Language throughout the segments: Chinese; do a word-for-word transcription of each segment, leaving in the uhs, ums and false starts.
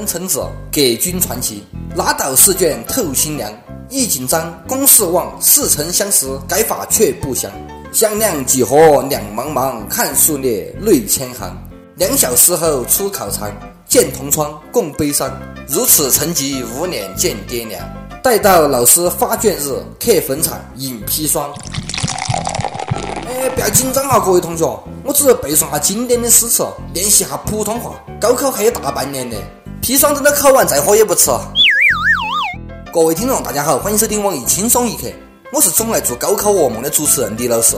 称称子，革军传奇，拉到试卷透心凉。一紧张公事旺，似曾相识，该法却不详。香亮几何两茫茫，看数列泪千行。两小时后出考场，见同窗共悲伤。如此成绩无脸见爹娘。待到老师发卷日，课坟场饮砒霜。哎，不要紧张啊，各位同学，我只是背诵下经典的诗词，练习下普通话。高考还有大半年呢，砒霜等到考完再喝也不迟。各位听众，大家好，欢迎收听网易轻松一刻，我是总爱做高考噩梦的主持人李老师。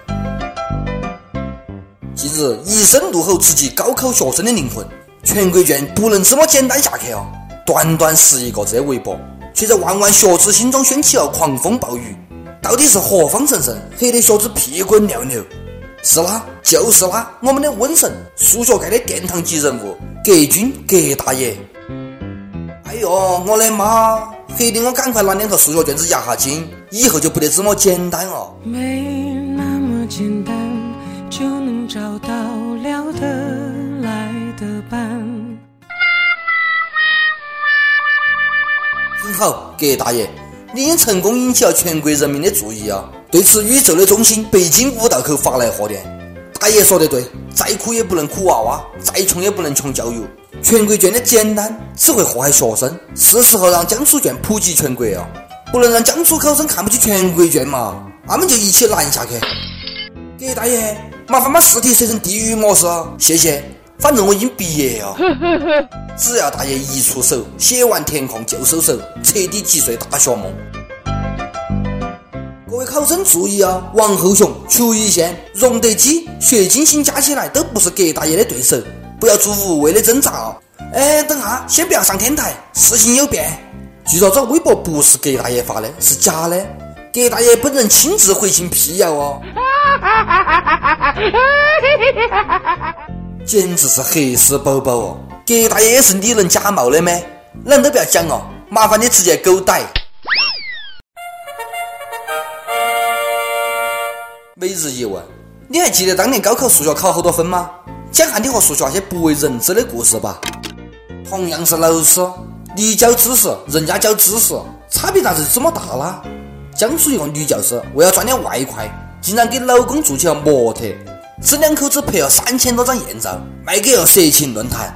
近日，一声怒吼直击高考学生的灵魂，全国卷不能这么简单下课哦！短短十一个字的微博，却在万万学子心中掀起了狂风暴雨。到底是何方神圣，黑得学子屁滚尿流？是啦，就是啦，我们的瘟神，数学界的殿堂级人物，革军革大爷。哎呦，我的妈！黑得我赶快拿两套数学卷子压下惊，以后就不得这么简单哦。 没那么简单，就能找到聊得来的伴。 很好，革大爷，你已经成功引起了全国人民的注意啊！对此，宇宙的中心北京五道口发来贺电。大爷说得对，再苦也不能苦娃娃，再穷也不能穷教育。全国卷的简单只会祸害学生，是时候让江苏卷普及全国啊！不能让江苏考生看不起全国卷嘛，俺们就一起拦下去。革大爷，麻烦把试题设成地狱模式，谢谢。反正我已经毕业了，只要大爷一出手，写完填空就收手，彻底击碎大学梦。各位考生注意啊，王后雄、曲一线、荣德基、薛金星加起来都不是革大爷的对手，不要做无谓的挣扎哦。哎，等下，先不要上天台，事情有变。据说这微博不是革大爷发的，是假的，革大爷本人亲自回信辟谣哦。简直是黑丝宝宝哦！革大爷也是你能假冒的咩？人都不要讲哦，麻烦你直接狗逮。每日一问，你还记得当年高考数学考好多分吗？讲下你和数学那些不为人知的故事吧。同样是老师，你教知识，人家教知识，差别咋就这么大啦？江苏一个女教师为了赚点外快，竟然给老公做起了模特，这两口子拍了三千多张艳照，卖给了色情论坛。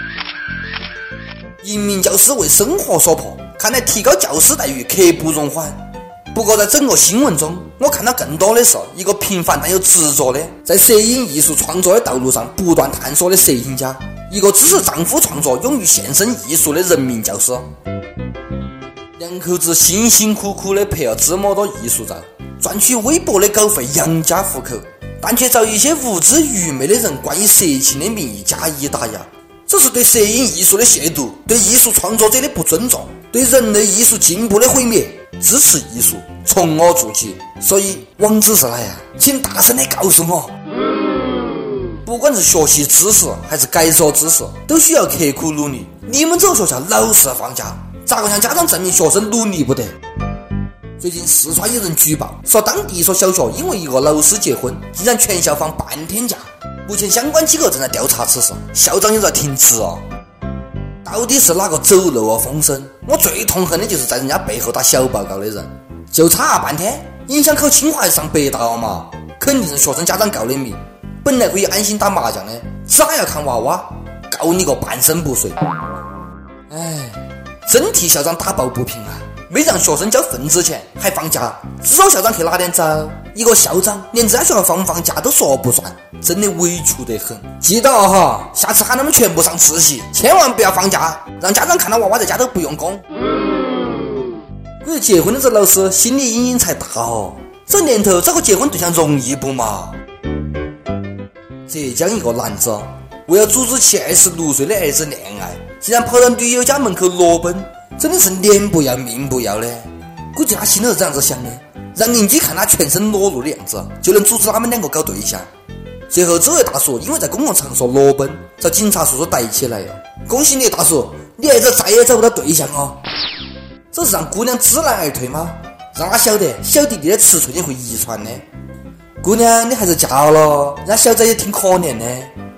一名教师为生活所迫，看来提高教师待遇刻不容缓。不过在整个新闻中，我看到更多的是一个平凡但又执着的，在摄影艺术创作的道路上不断探索的摄影家，一个支持丈夫创作、勇于献身艺术的人民教师。两口子辛辛苦苦的拍了这么多艺术照，赚取微薄的稿费养家糊口，但却遭一些无知愚昧的人冠以色情的名义加以打压，这是对摄影艺术的亵渎，对艺术创作者的不尊重，对人类艺术进步的毁灭。支持艺术，从我做起。所以网址是哪呀？请大声的告诉我。不管是学习知识还是改说知识，都需要刻苦努力。你们这个学校老是放假，咋个向家长证明学生努力不得？最近四川有人举报说，当地一所小学因为一个老师结婚，竟然全校放半天假。目前相关机构正在调查此事，校长也在停职哦。到底是哪个走漏了风声？我最痛恨的就是在人家背后打小报告的人，就差半天，影响考清华还是上北大了嘛？肯定是学生家长告的密，本来可以安心打麻将的，咋要看娃娃？告你个半身不遂！哎，真替校长打抱不平啊！没让学生交份子钱还放假，知道校长去哪点找？一个校长连自家学校放不放假都说不算，真的委屈得很。记得哦哈，下次喊他们全部上自习，千万不要放假，让家长看到娃娃在家都不用功。可是结婚的这老师心理阴影才大哦，这年头找个结婚对象容易不嘛？浙江一个男子为了阻止其二十六岁的儿子恋爱，竟然跑到女友家门口裸奔，真的是脸不要命不要的。估计他心头是这样子想的，让邻居看他全身裸露的样子，就能阻止他们两个搞对象。最后这位大叔因为在公共场所裸奔，遭警察叔叔逮起来了。恭喜你大叔，你儿子再也找不到对象哦。这是让姑娘知难而退吗？让他晓得小弟弟的迟钝也会遗传的。姑娘，你还是嫁了，人家小仔也挺可怜的。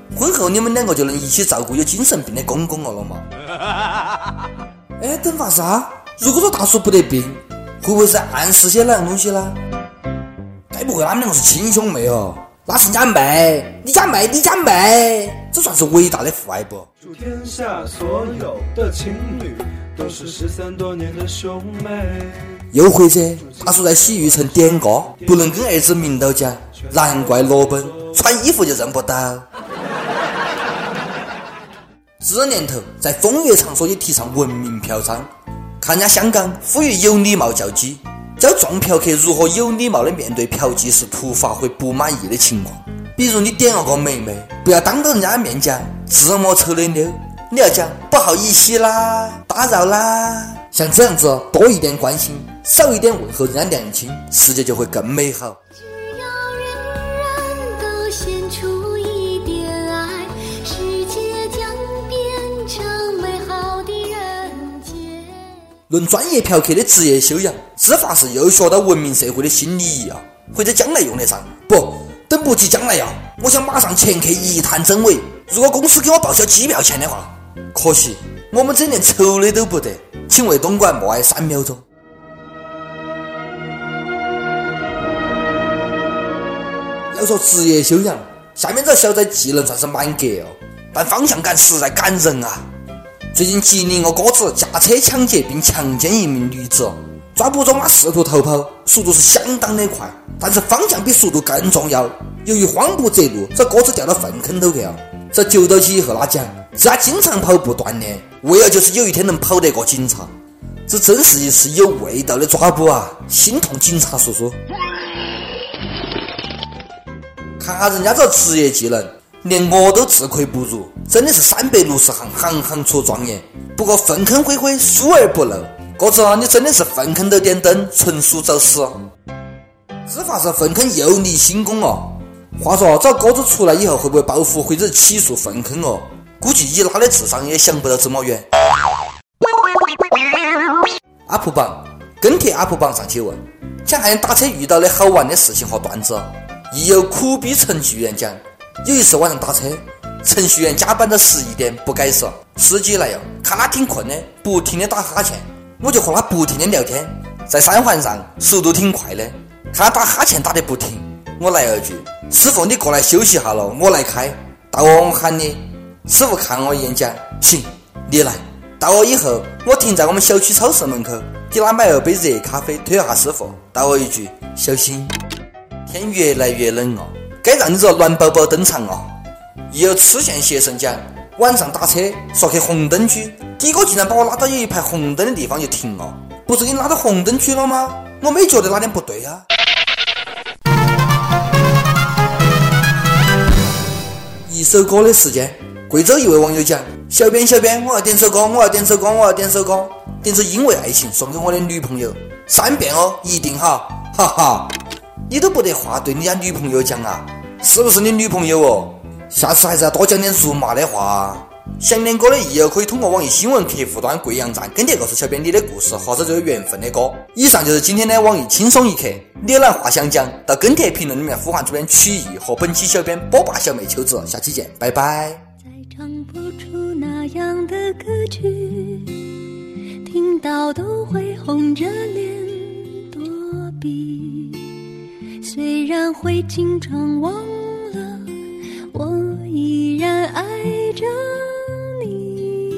婚后你们两个就能一起照顾有精神病的公公了嘛？哎，等法啥？如果说大叔不得病，会不会是暗示些哪样东西呢？该不会他们两个是亲兄妹哦？那是人家妹，你家妹，你家妹，这算是伟大的父爱不？ 祝天下所有的情侣都是失散多年的兄妹。 又或者大叔在洗浴城点歌，不能跟儿子明道讲，难怪裸奔，穿衣服就认不到。这年头，在风月场所也提倡文明嫖娼，看人家香港呼吁有礼貌叫鸡，教众嫖客如何有礼貌的面对嫖妓时突发或不满意的情况。比如你点了个妹妹，不要当着人家的面讲这么丑的妞，你要讲不好意思啦，打扰啦，像这样子多一点关心，少一点问候人家娘亲，世界就会更美好。 只要人人都献出一点爱，世界将变成美好的人间。 论专业嫖客的职业修养，这法是又学到文明社会的新礼仪啊，或者将来用得上。不，等不及将来呀，我想马上前客一探真伪。如果公司给我报销机票钱的话，可惜我们这连丑的都不得，请为东莞默哀三秒钟。要说职业修养，下面这小仔技能算是满格哦，但方向感实在感人啊。最近吉林我哥子驾车抢劫并强奸一名女子，抓捕中他试图逃跑，速度是相当的快，但是方向比速度更重要。由于慌不择路，这哥子掉到粪坑头去了。这揪到起以后他讲，他经常跑步锻炼，为了就是有一天能跑得过警察。这真是一次有味道的抓捕啊，心痛警察叔叔。看下人家这职业技能，连我都自愧不如，真的是三百六十行，行行出状元。不过粪坑灰灰，疏而不漏，哥子你真的是粪坑头点灯，纯属走死。这法是粪坑又立新功哦。话说这哥子出来以后会不会报复或者起诉粪坑哦？估计以他的智商也想不到这么远。阿普榜跟帖阿普榜上去问，想看打车遇到的好玩的事情和段子。亦有苦逼程序员讲，有一次晚上打车，程序员加班到十一点不改色，司机来了，看他挺困的，不停的打哈欠，我就和他不停的聊天。在三环上速度挺快的，看他打哈欠打得不停，我来了句，师傅你过来休息下了，我来开。到我喊你，师傅看我一眼讲，行，你来。到我以后，我停在我们小区超市门口，给他买了杯热咖啡，推了下师傅，到我一句，小心。天越来越冷哦，该让你这暖宝宝登场哦。也有痴线学生讲，晚上打车说去红灯区，的哥竟然把我拉到有一排红灯的地方就停了，不是给你拉到红灯区了吗？我没觉得哪点不对啊。一首歌的时间，贵州一位网友讲，小编小编，我要点首歌，我要点首歌，我要点首歌，点首因为爱情送给我的女朋友，三遍哦，一定哈，哈哈。你都不得话对你家女朋友讲啊？是不是你女朋友哦？下次还是要多讲点辱骂的话啊。想念歌的益友可以通过网易新闻客户端贵阳站跟帖告诉小编你的故事或者最有缘分的歌。以上就是今天的网易轻松一刻，你有哪话想讲，到跟帖评论里面呼唤主编曲艺和本期小编波霸小妹秋子，下期见，拜拜。 再唱不出那样的歌曲，听到都会红着脸躲避。虽然会经常忘了，我依然爱着你。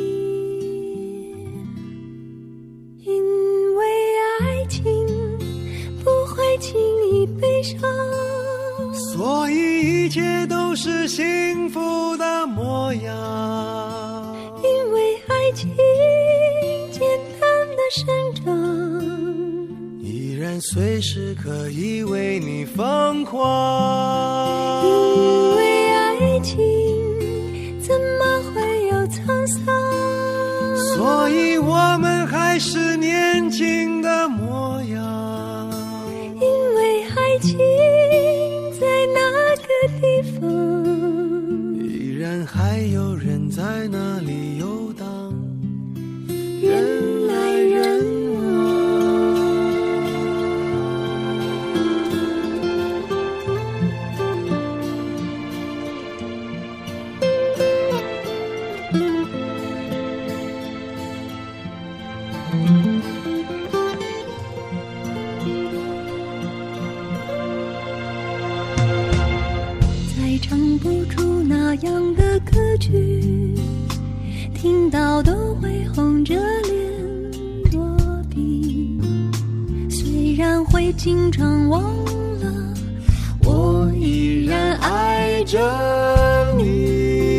因为爱情不会轻易悲伤， 所以一切都是幸福的模样。 因为爱情简单的生长， 依然随时可以为你疯狂。 因为爱情怎么会有沧桑， 所以我们还是年轻的模样。 因为爱情在那个地方， 依然还有人在那里游荡， 人来人往。 样的歌曲，听到都会红着脸躲避。虽然会经常忘了，我依然爱着你。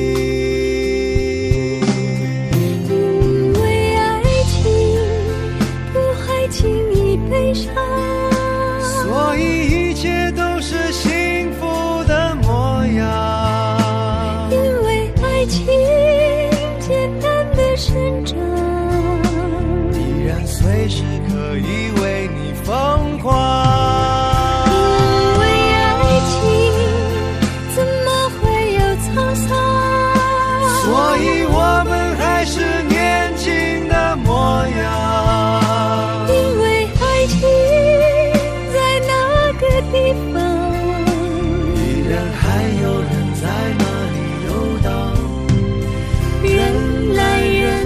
因为爱情不会轻易悲伤， 所以一切都是幸福的模样。 因为爱情艰难的生长， 依然随时可以为你疯狂。 因为爱情怎么会有沧桑， 所以我们还是年轻的模样。 因为爱情在那个地方， 依然还有人在那里游荡， 人来人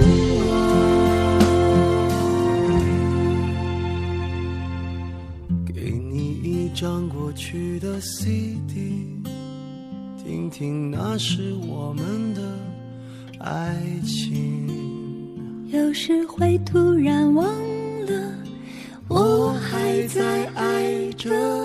往。 给你一张过去的 C D， 听听那是我们的爱情。 有时会突然忘了，我还在爱着